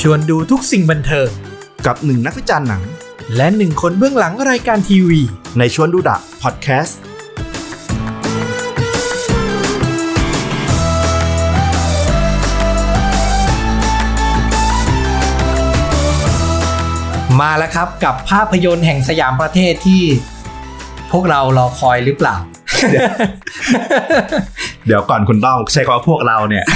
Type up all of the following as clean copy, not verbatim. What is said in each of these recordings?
วนดูทุกสิ่งบันเทิงกับหนึ่งนักวิจารณ์หนังและหนึ่งคนเบื้องหลังรายการทีวีในชวนดูดะพอดแคสต์มาแล้วครับกับภาพยนตร์แห่งสยามประเทศที่พวกเรารอคอยหรือเปล่าเดี๋ยวก่อนคุณต้องใช้คำว่าพวกเราเนี่ย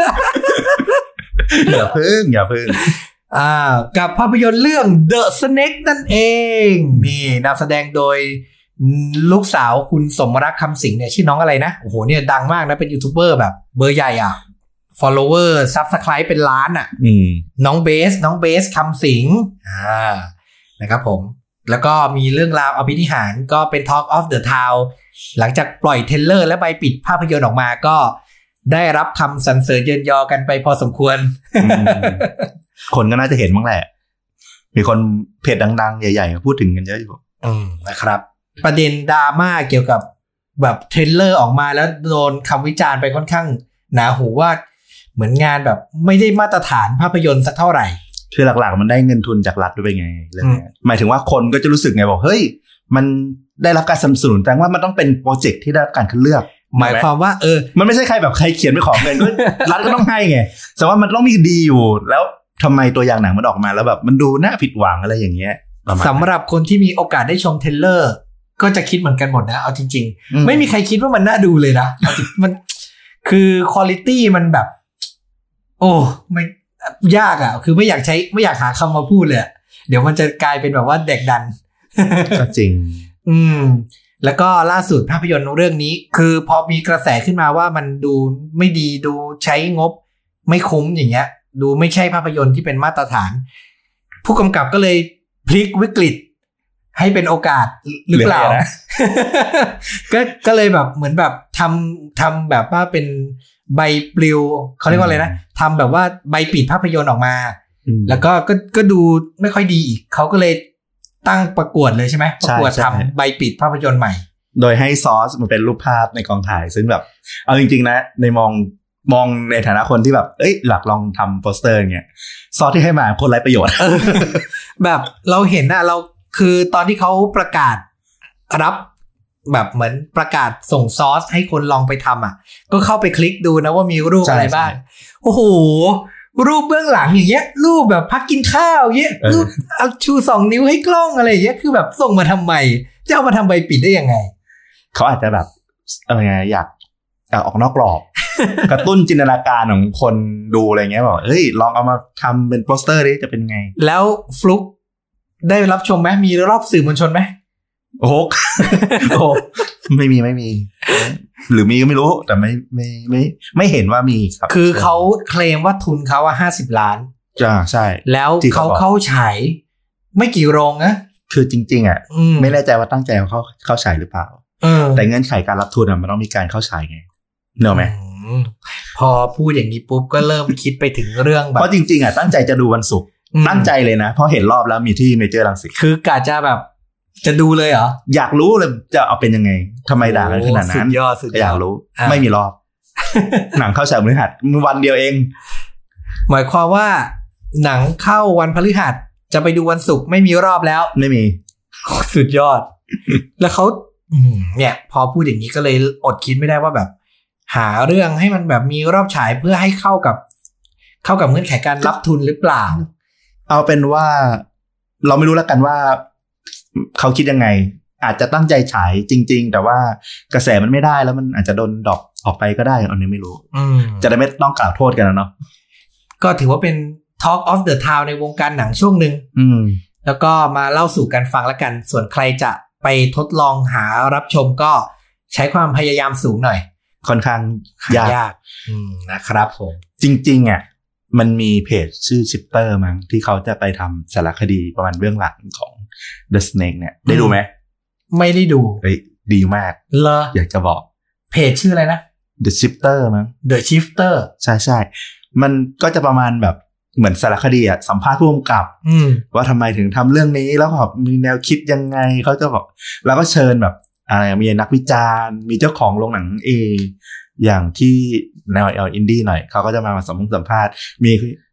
อย่าพึ่งกับภาพยนตร์เรื่อง The Snake นั่นเองนี่นำแสดงโดยลูกสาวคุณสมรักคำสิงห์เนี่ยชื่อน้องอะไรนะโอ้โหเนี่ยดังมากนะเป็นยูทูบเบอร์แบบเบอร์ใหญ่อ่ะ follower subscribe เป็นล้านอ่ะน้องเบสคำสิงห์นะครับผมแล้วก็มีเรื่องราวอภินิหารก็เป็น Talk of the Town หลังจากปล่อยเทรลเลอร์และใบปิดภาพยนตร์ออกมาก็ได้รับคำสรรเสริญเยินยอกันไปพอสมควรคนก็น่าจะเห็นบ้างแหละมีคนเพจดังๆใหญ่ๆพูดถึงกันเยอะอยู่นะครับประเด็นดราม่าเกี่ยวกับแบบเทรลเลอร์ออกมาแล้วโดนคำวิจารณ์ไปค่อนข้างหนาหูว่าเหมือนงานแบบไม่ได้มาตรฐานภาพยนตร์สักเท่าไหร่คือหลักๆมันได้เงินทุนจากรัฐด้วยไงหมายถึงว่าคนก็จะรู้สึกไงบอกเฮ้ยมันได้รับการสนับสนุนแต่ว่ามันต้องเป็นโปรเจกต์ที่ได้รับการคัดเลือกหมายความว่ามันไม่ใช่ใครแบบใครเขียนไปขอเงินรัฐก็ต้องให้ไงแต่ว่ามันต้องมีดีอยู่แล้วทำไมตัวอย่างหนังมันออกมาแล้วแบบมันดูน่าผิดหวังอะไรอย่างเงี้ยสำหรับคนที่มีโอกาสได้ชมเทรลเลอร์ก็จะคิดเหมือนกันหมดนะเอาจริงๆไม่มีใครคิดว่ามันน่าดูเลยนะมันคือควอลิตี้มันแบบโอ้ไม่ยากอ่ะคือไม่อยากหาคำมาพูดเลยเดี๋ยวมันจะกลายเป็นแบบว่าเด็กดันก็จริงแล้วก็ล่าสุดภาพยนตร์เรื่องนี้คือพอมีกระแสขึ้นมาว่ามันดูไม่ดีดูใช้งบไม่คุ้มอย่างเงี้ยดูไม่ใช่ภาพยนตร์ที่เป็นมาตรฐานผู้กำกับก็เลยพลิกวิกฤตให้เป็นโอกาสหรือเปล่า ก็เลยแบบเหมือนแบบทำแบบว่าเป็นใบปลิวเขาเรียกว่าอะไรนะทำแบบว่าใบปิดภาพยนตร์ออกมาแล้วก็ดูไม่ค่อยดีอีกเขาก็เลยตั้งประกวดเลยใช่ไหมประกวดทำใบปิดภาพยนตร์ใหม่โดยให้ซอสมันเป็นรูปภาพในกองถ่ายซึ่งแบบเอาจริงๆนะในมองในฐานะคนที่แบบหลักลองทำโปสเตอร์เงี้ยซอสที่ให้มาคนไร้ประโยชน์แบบเราเห็นนะเราคือตอนที่เขาประกาศรับแบบเหมือนประกาศส่งซอสให้คนลองไปทำอ่ะก็เข้าไปคลิกดูนะว่ามีรูปอะไรบ้างโอ้โหรูปเบื้องหลังอย่างเงี้ยรูปแบบพักกินข้าวเงี้ยรูปเอาชู2 นิ้วให้กล้องอะไรอย่างเงี้ยคือแบบส่งมาทำไมจะเอามาทำใบปิดได้ยังไงเขาอาจจะแบบไงอยากออกนอกกรอบ กระตุ้นจินตนาการของคนดูอะไรเงี้ยบอกลองเอามาทำเป็นโปสเตอร์ดิจะเป็นไงแล้วฟลุกได้รับชมไหมมีรอบสื่อมวลชนไหมโอ้โห ไม่มีหรือมีก็ไม่รู้แต่ไม่เห็นว่ามีครับคือเขาเคลมว่าทุนเขา50 ล้านจ้าใช่แล้วเขาเข้าฉายไม่กี่โรงนะคือจริงๆไม่แน่ใจว่าตั้งใจเข้าฉายหรือเปล่าแต่เงื่อนไขการรับทุนมันต้องมีการเข้าฉายไงเนอะไหมพอพูดอย่างนี้ปุ๊บก็เริ่มคิดไปถึงเรื่องแบบเพราะจริงๆตั้งใจจะดูวันศุกร์ตั้งใจเลยนะเพราะเห็นรอบแล้วมีที่เมเจอร์รังสิตคือกะจะแบบจะดูเลยเหรออยากรู้เลยจะเอาเป็นยังไงทำไมด่ากันขนาดนั้นสุดยอดอยากรู้ไม่มีรอบ หนังเข้าฉายพฤหัสวันเดียวเองหมายความว่าหนังเข้าวันพฤหัสจะไปดูวันศุกร์ไม่มีรอบแล้วไม่มีสุดยอด แล้วเขาเนี่ยพอพูดอย่างนี้ก็เลยอดคิดไม่ได้ว่าแบบหาเรื่องให้มันแบบมีรอบฉายเพื่อให้เข้ากับเงื่อนไขการรับทุนหรือเปล่าเอาเป็นว่าเราไม่รู้แล้วกันว่าเขาคิดยังไงอาจจะตั้งใจฉายจริงๆแต่ว่ากระแสมันไม่ได้แล้วมันอาจจะโดนดรอปออกไปก็ได้อันนี้ไม่รู้จะได้ไม่ต้องกล่าวโทษกันนะเนาะก็ถือว่าเป็น Talk of the Town ในวงการหนังช่วงนึงแล้วก็มาเล่าสู่กันฟังแล้วกันส่วนใครจะไปทดลองหารับชมก็ใช้ความพยายามสูงหน่อยค่อนข้างยากนะครับผมจริงๆมันมีเพจชื่อ Shifter มั้งที่เขาจะไปทำสารคดีประมาณเบื้องหลังของ The Snake เนี่ยได้ดูไหมไม่ได้ดูดีมากอยากจะบอกเพจชื่ออะไรนะ The Shifter มั้ง The Shifter ใช่ๆมันก็จะประมาณแบบเหมือนสารคดีสัมภาษณ์ผู้กำกับว่าทำไมถึงทำเรื่องนี้แล้วแบบมีแนวคิดยังไงเขาจะบอกแล้วก็เชิญแบบอะไรมีนักวิจารณ์มีเจ้าของโรงหนังอย่างที่แนวอินดี้หน่อยเขาก็จะมาสัมภาษณ์มี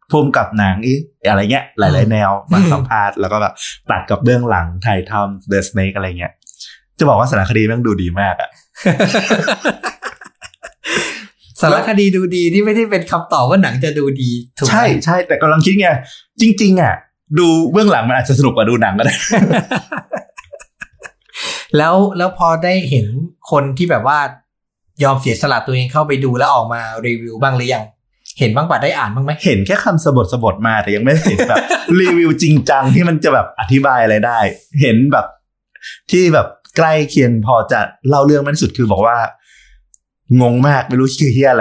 ภูมิกับหนังอะไรเงี้ยหลายๆแนวมาสัมภาษณ์แล้วก็แบบตัดกับเบื้องหลังถ่ายทำ The Snake อะไรเงี้ยจะบอกว่าสารคดีแม่งดูดีมากอ่ะสารคดีดูดีที่ไม่ได้เป็นคำตอบว่าหนังจะดูดีถูกไหมใช่แต่กำลังคิดไงจริงๆอ่ะดูเบื้องหลังมันอาจจะสนุกกว่าดูหนังก็ได้แล้วพอได้เห็นคนที่แบบว่ายอมเสียสละตัวเองเข้าไปดูแล้วออกมารีวิวบ้างหรือยังเห็นบ้างป่ะได้อ่านบ้างไหมเห็นแค่คำสบทมาแต่ยังไม่เห็นแบบ รีวิวจริงจังที่มันจะแบบอธิบายอะไรได้เห็นแบบที่แบบใกล้เคียงพอจะเล่าเรื่องมันสุดคือบอกว่างงมากไม่รู้คือเฮียอะไร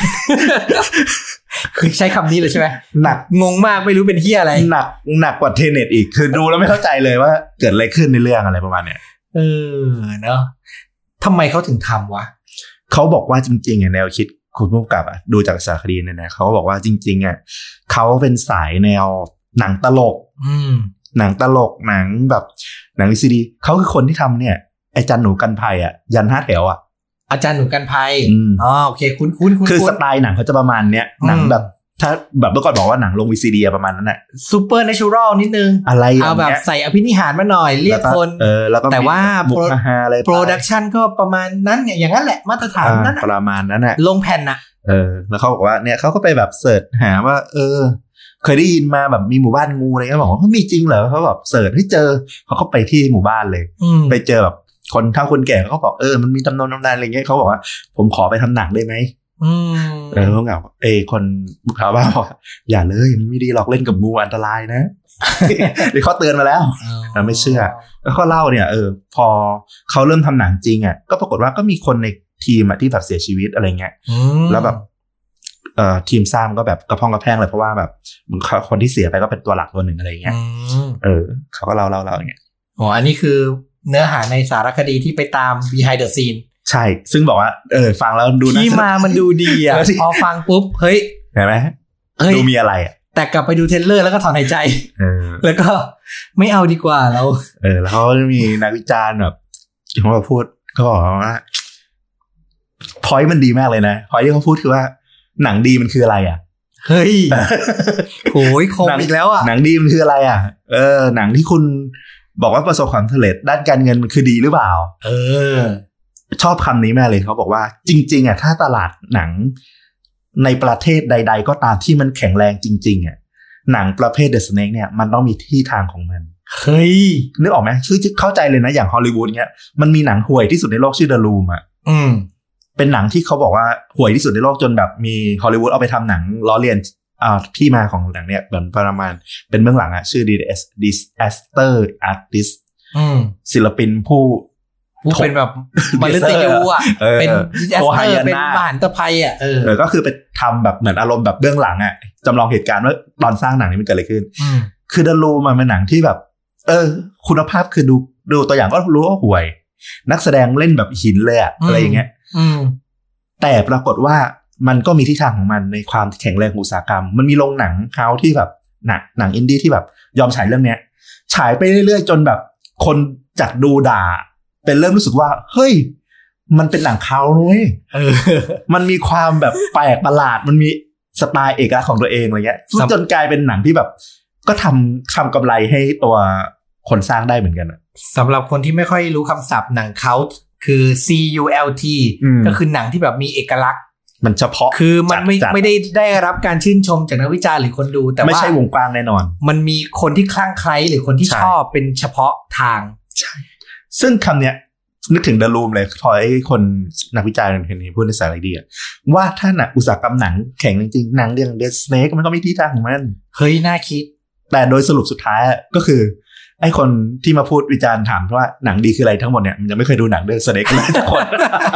คือใช้คำนี้เลยใช่ไหมหนักงงมากไม่รู้เป็นเฮียอะไรหนักกว่าเทเน็ตอีกคือดูแล้วไม่เข้าใจเลยว่าเกิดอะไรขึ้นในเรื่องอะไรประมาณเนี้ยเนาะทำไมเขาถึงทำวะเขาบอกว่าจริงๆแนวคิดคุณผู้กำกับดูจากสารคดีเนี่ยเขาบอกว่าจริงๆเขาเป็นสายแนวหนังตลกหนังตลกหนังแบบหนัง VCD เขาคือคนที่ทำเนี่ยอาจารย์หนูกันภัยยัน5 แถวอาจารย์หนูกันภัยโอเคคุ้นคือสไตล์หนังเขาจะประมาณเนี้ยหนังแบบถ้าแบบเมื่อก่อนบอกว่าหนังลง VCD ประมาณนั้นแหละซูเปอร์เนเชอรัลนิดนึงอะไรเอาแบบใส่อภินิหารมาหน่อยเรียกคนแล้วก็แต่ว่าโปรดักชันก็ประมาณนั้นเนี่ยอย่างนั้นแหละมาตรฐานนั้นประมาณนั้นแหละลงแผ่นน่ะแล้วเขาบอกว่าเนี่ยเขาก็ไปแบบเสิร์ชหาว่าเคยได้ยินมาแบบมีหมู่บ้านงูอะไรเงี้ยบอกว่ามีจริงเหรอเขาแบบเสิร์ชให้เจอเขาก็ไปที่หมู่บ้านเลยไปเจอแบบคนเฒ่าคนแก่เขาบอกมันมีตำนานอะไรเงี้ยเขาบอกว่าผมขอไปทำหนังได้ไหมเขาเหงาคนชาวบ้านบอกอย่าเลยมันไม่ดีหรอกเล่นกับงูอันตรายนะ เดี๋ยวเขาเตือนมาแล้วเราไม่เชื่อแล้วเขาเล่าเนี่ยพอเขาเริ่มทำหนังจริงก็ปรากฏว่าก็มีคนในทีมที่แบบเสียชีวิตอะไรเงี้ยแล้วแบบทีมสร้างก็แบบกระพ้องกระแพงเลยเพราะว่าแบบคนที่เสียไปก็เป็นตัวหลักตัวหนึ่งอะไรเงี้ยเขาก็เล่าอย่างเงี้ยอันนี้คือเนื้อหาในสารคดีที่ไปตาม behind the scene ใช่ซึ่งบอกว่าฟังแล้วดูที่มามันดูดีพอฟังปุ๊บเฮ้ยเห็นไหมดูมีอะไรแต่กลับไปดูเทรลเลอร์แล้วก็ถอนหายใจแล้วก็ไม่เอาดีกว่าแล้วแล้วเขามีนักวิจารณ์แบบเขาแบบพูดเขาบอกว่าพอยต์มันดีมากเลยนะพอยต์ที่เขาพูดคือว่าหนังดีมันคืออะไรเฮ้ยโอ้ยคมอีกแล้วหนังดีมันคืออะไรหนังที่คุณบอกว่าประสบความสำเร็จด้านการเงินมันคือดีหรือเปล่าชอบคำนี้มากเลยเขาบอกว่าจริงๆถ้าตลาดหนังในประเทศใดๆก็ตามที่มันแข็งแรงจริงๆหนังประเภท The Snake เนี่ยมันต้องมีที่ทางของมันเฮ้ยนึกออกไหมคือเข้าใจเลยนะอย่างฮอลลีวูดเงี้ยมันมีหนังห่วยที่สุดในโลกชื่อ The Room เป็นหนังที่เขาบอกว่าห่วยที่สุดในโลกจนแบบมีฮอลลีวูดเอาไปทำหนังล้อเลียนที่มาของหนังเนี่ยเหมือนประมาณเป็นเบื้องหลังชื่อ Disaster Artist ศิลปินผู้เป็นแบบมฤตยูเป็นdisaster เป็นมหันตภัยก็คือไปทำแบบเหมือนอารมณ์แบบเบื้องหลังจำลองเหตุการณ์ว่าตอนสร้างหนังนี้มันเกิดอะไรขึ้นคือThe Roomมันเป็นหนังที่แบบคุณภาพคือดูตัวอย่างก็รู้ว่าห่วยนักแสดงเล่นแบบหินเลยอะไรอย่างเงี้ยแต่ปรากฏว่ามันก็มีทิศทางของมันในความแข็งแรงอุตสาหกรรมมันมีโรงหนังเฮาที่แบบหนังอินดี้ที่แบบยอมฉายเรื่องเนี้ยฉายไปเรื่อยๆจนแบบคนจากดูด่าเป็นเริ่มรู้สึกว่าเฮ้ยมันเป็นหนังเขาด้วยมันมีความแบบแปลกประหลาดมันมีสไตล์เอกลักษณ์ของตัวเองอะไรเงี้ยจนกลายเป็นหนังที่แบบก็ทำกำไรให้ตัวคนสร้างได้เหมือนกันสำหรับคนที่ไม่ค่อยรู้คำศัพท์หนังเขาคือ CULT ก็คือหนังที่แบบมีเอกลักษณ์มันเฉพาะคือมันไม่ได้รับการชื่นชมจากนักวิจารณ์หรือคนดูแต่ว่าไม่ใช่วงกว้างแน่นอนมันมีคนที่คลั่งไคล้หรือคนที่ชอบเป็นเฉพาะทางใช่ซึ่งคำเนี้ยนึกถึง The Room เลยพอไอ้คนนักวิจารณ์คนนี้พูดในสารคดีว่าถ้าหนังอุตสาหกรรมหนังแข็งจริงๆหนังเรื่อง The Snake มันก็มีที่ทางของมันเฮ้ยน่าคิดแต่โดยสรุปสุดท้ายก็คือไอ้คนที่มาพูดวิจารณ์ถามว่าหนังดีคืออะไรทั้งหมดเนี่ยมันยังไม่เคยดูหนังเรื่อง Snake เลยสักคน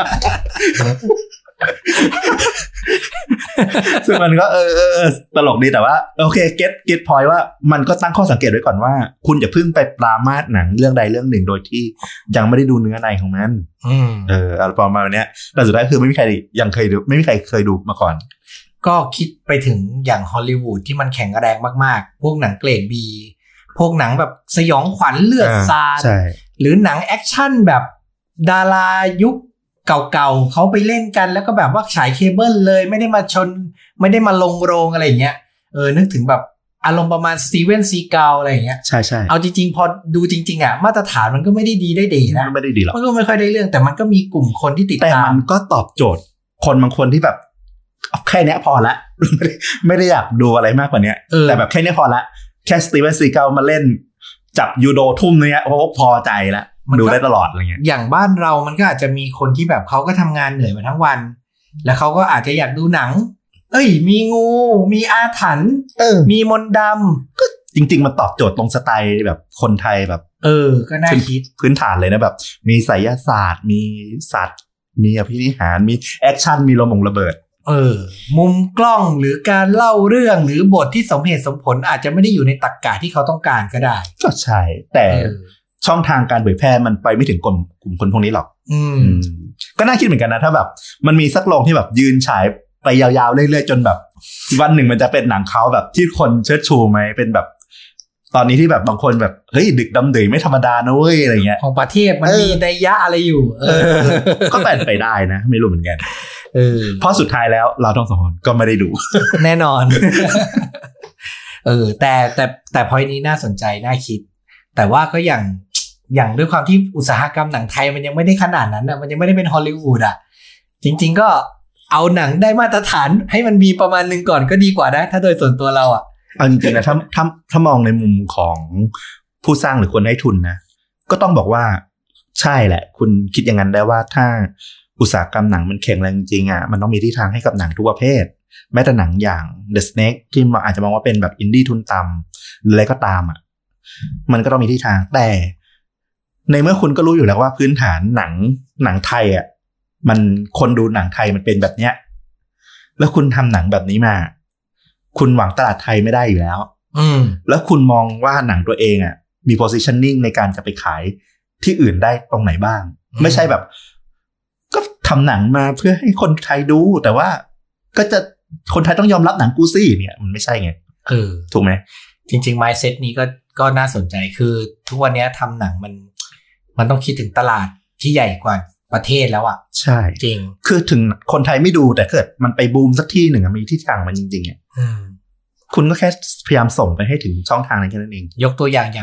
ซึ่งมันก็ตลกดีแต่ว่าโอเคเก็ตพอยต์ว่ามันก็ตั้งข้อสังเกตไว้ก่อนว่าคุณอย่าเพิ่งไปปรามาสหนังเรื่องใดเรื่องหนึ่งโดยที่ยังไม่ได้ดูเนื้อในของมันอะไรประมาณนี้แต่สุดท้ายคือไม่มีใครเคยดูมาก่อนก็คิดไปถึงอย่างฮอลลีวูดที่มันแข็งแรงมากๆพวกหนังเกรด B พวกหนังแบบสยองขวัญเลือดสาดหรือหนังแอคชั่นแบบดารายุคเก่าๆเขาไปเล่นกันแล้วก็แบบว่าฉายเคเบิลเลยไม่ได้มาชนไม่ได้มาลงโรงอะไรอย่างเงี้ยนึกถึงแบบอารมณ์ประมาณสตีเวนซีเกลอะไรอย่างเงี้ยใช่เอาจริงๆพอดูจริงๆอ่ะมาตรฐานมันก็ไม่ได้ดีได้เด่นะไม่ได้ดีหรอกมันก็ไม่ค่อยได้เรื่องแต่มันก็มีกลุ่มคนที่ติดตามแต่มันก็ตอบโจทย์คนบางคนที่แบบแค่นี้พอละ ไม่ได้อยากดูอะไรมากกว่านี้แต่แบบแค่นี้พอละแค่สตีเวนซีเกลมาเล่นจับยูโดทุ่มเนี้ยพอใจละดูได้ตลอดอะไรเงี้ยอย่างบ้านเรามันก็อาจจะมีคนที่แบบเขาก็ทำงานเหนื่อยมาทั้งวันแล้วเขาก็อาจจะอยากดูหนังมีงูมีอาถรรพ์มีมนต์ดำก็จริงๆมันตอบโจทย์ตรงสไตล์แบบคนไทยแบบก็น่าคิดพื้นฐานเลยนะแบบมีไสยศาสตร์มีสัตว์มีอภินิหารมีแอคชั่นมีระเบิดมุมกล้องหรือการเล่าเรื่องหรือบทที่สมเหตุสมผลอาจจะไม่ได้อยู่ในตรรกะที่เขาต้องการก็ได้ก็ใช่แต่ช่องทางการเผยแพร่มันไปไม่ถึงกลุ่มคนพวกนี้หรอกก็น่าคิดเหมือนกันนะถ้าแบบมันมีสักโรงที่แบบยืนฉายไปยาวๆเรื่อยๆจนแบบวันหนึ่งมันจะเป็นหนังเขาแบบที่คนเชิดชูไหมเป็นแบบตอนนี้ที่แบบบางคนแบบเฮ้ยดึกดำดื่นไม่ธรรมดานะเว้ยอะไรเงี้ยของประเทศมันมีนัยยะอะไรอยู่ก็เป็นไปได้นะไม่รู้เหมือนกันเพราะสุดท้ายแล้วเราทั้งสองคนก็ไม่ได้ดูแน่นอนแต่พอยนี้น่าสนใจน่าคิดแต่ว่าก็อย่างด้วยความที่อุตสาหกรรมหนังไทยมันยังไม่ได้ขนาดนั้นนะมันยังไม่ได้เป็นฮอลลีวูดอ่ะจริงๆก็เอาหนังได้มาตรฐานให้มันมีประมาณนึงก่อนก็ดีกว่านะถ้าโดยส่วนตัวเราอ่ะเอาจริงๆนะถ้ามองในมุมของผู้สร้างหรือคนให้ทุนนะก็ต้องบอกว่าใช่แหละคุณคิดอย่างนั้นได้ว่าถ้าอุตสาหกรรมหนังมันแข็งแรงจริงอ่ะมันต้องมีที่ทางให้กับหนังทุกประเภทแม้แต่หนังอย่าง The Snake ที่อาจจะมองว่าเป็นแบบอินดี้ทุนต่ำหรืออะไรก็ตามอ่ะมันก็ต้องมีที่ทางแต่ในเมื่อคุณก็รู้อยู่แล้วว่าพื้นฐานหนังไทยอ่ะมันคนดูหนังไทยมันเป็นแบบเนี้ยแล้วคุณทำหนังแบบนี้มาคุณหวังตลาดไทยไม่ได้อยู่แล้วแล้วคุณมองว่าหนังตัวเองอ่ะมี positioning ในการจะไปขายที่อื่นได้ตรงไหนบ้างไม่ใช่แบบก็ทำหนังมาเพื่อให้คนไทยดูแต่ว่าก็จะคนไทยต้องยอมรับหนังกูซี่เนี่ยมันไม่ใช่ไงถูกไหมจริงๆ mindset นี้ก็น่าสนใจคือทุกวันนี้ทำหนังมันต้องคิดถึงตลาดที่ใหญ่กว่าประเทศแล้วอ่ะใช่จริงคือถึงคนไทยไม่ดูแต่เกิดมันไปบูมสักที่หนึ่งมีที่ทางมันจริงๆเนี่ยคุณก็แค่พยายามส่งไปให้ถึงช่องทางนั้นแค่นั้นเองยกตัวอย่าง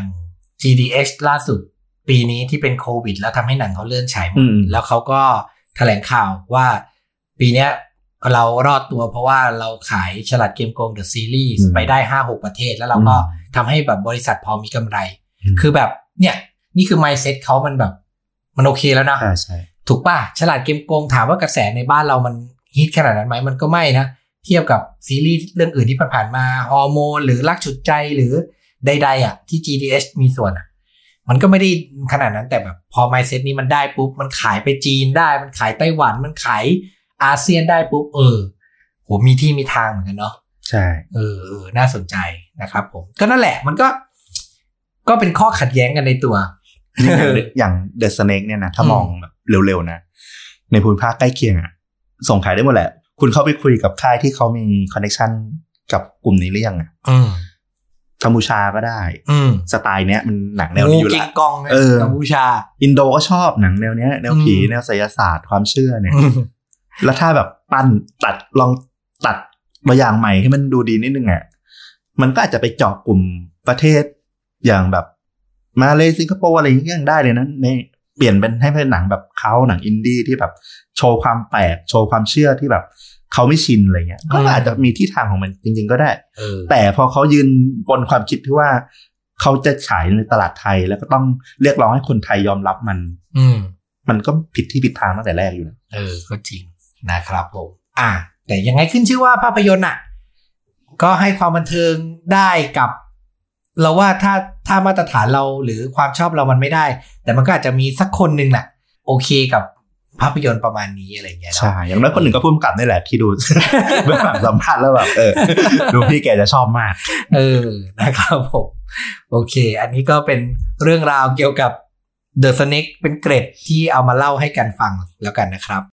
GDH ล่าสุดปีนี้ที่เป็นโควิดแล้วทำให้หนังเขาเลื่อนฉายหมดแล้วเขาก็แถลงข่าวว่าปีนี้เรารอดตัวเพราะว่าเราขายฉลาดเกมโกง The Series ไปได้ 5-6 ประเทศแล้วเราก็ทำให้แบบบริษัทพอมีกำไรคือแบบเนี่ยนี่คือ mindset เขามันแบบมันโอเคแล้วนะใช่ถูกป่ะฉลาดเกมโกงถามว่ากระแสในบ้านเรามันฮิตขนาดนั้นไหมมันก็ไม่นะเทียบกับซีรีส์เรื่องอื่นที่ผ่านมาฮอร์โมนหรือรักฉุดใจหรือใดๆอ่ะที่ GDH มีส่วนอ่ะมันก็ไม่ได้ขนาดนั้นแต่แบบพอ mindset นี้มันได้ปุ๊บมันขายไปจีนได้มันขายไต้หวันมันขายอาเซียนได้ปุ๊บโหมีที่มีทางเหมือนกันเนาะใช่น่าสนใจนะครับผมก็นั่นแหละมันก็เป็นข้อขัดแย้งกันในตัวอย่าง The Snake เนี่ยนะถ้ามองแบบเร็วๆนะในภูมิภาคใกล้เคียงอ่ะส่งขายได้หมดแหละคุณเข้าไปคุยกับค่ายที่เขามีคอนเนคชั่นกับกลุ่มนี้หรือยังอ่ะกัมพูชาก็ได้สไตล์เนี้ยมันหนังแนวนี้อยู่แล้วกัมพูชาอินโดก็ชอบหนังแนวเนี้ยแนวผีแนวไสยศาสตร์ความเชื่อเนี่ยแล้วถ้าแบบลองตัดตัวอย่างใหม่ให้มันดูดีนิดนึงอ่ะมันก็อาจจะไปเจาะกลุ่มประเทศอย่างแบบมาเลสิงคโปร์อะไรอย่างเงี้ยได้เลยนะในเปลี่ยนเป็นให้เป็นหนังแบบเขาหนังอินดี้ที่แบบโชว์ความแปลกโชว์ความเชื่อที่แบบเขาไม่ชินอะไรเงี้ยก็อาจจะมีที่ทางของมันจริงๆก็ได้แต่พอเขายืนบนความคิดที่ว่าเขาจะฉายในตลาดไทยแล้วก็ต้องเรียกร้องให้คนไทยยอมรับมันก็ผิดที่ผิดทางตั้งแต่แรกอยู่นะก็จริงนะครับผมแต่ยังไงขึ้นชื่อว่าภาพยนตร์ก็ให้ความบันเทิงได้กับเราว่าถ้ามาตรฐานเราหรือความชอบเรามันไม่ได้แต่มันก็อาจจะมีสักคนนึงแหละโอเคกับภาพยนตร์ประมาณนี้อะไรเงี้ยใช่อย่างน้อยคนหนึ่งก็พุ่มกลับนี่แหละที่ดู เบื้องหลังสัมภาษณ์แล้วแบบดูพี่แกจะชอบมากนะครับผมโอเคอันนี้ก็เป็นเรื่องราวเกี่ยวกับ The Snake เป็นเกร็ดที่เอามาเล่าให้กันฟังแล้วกันนะครับ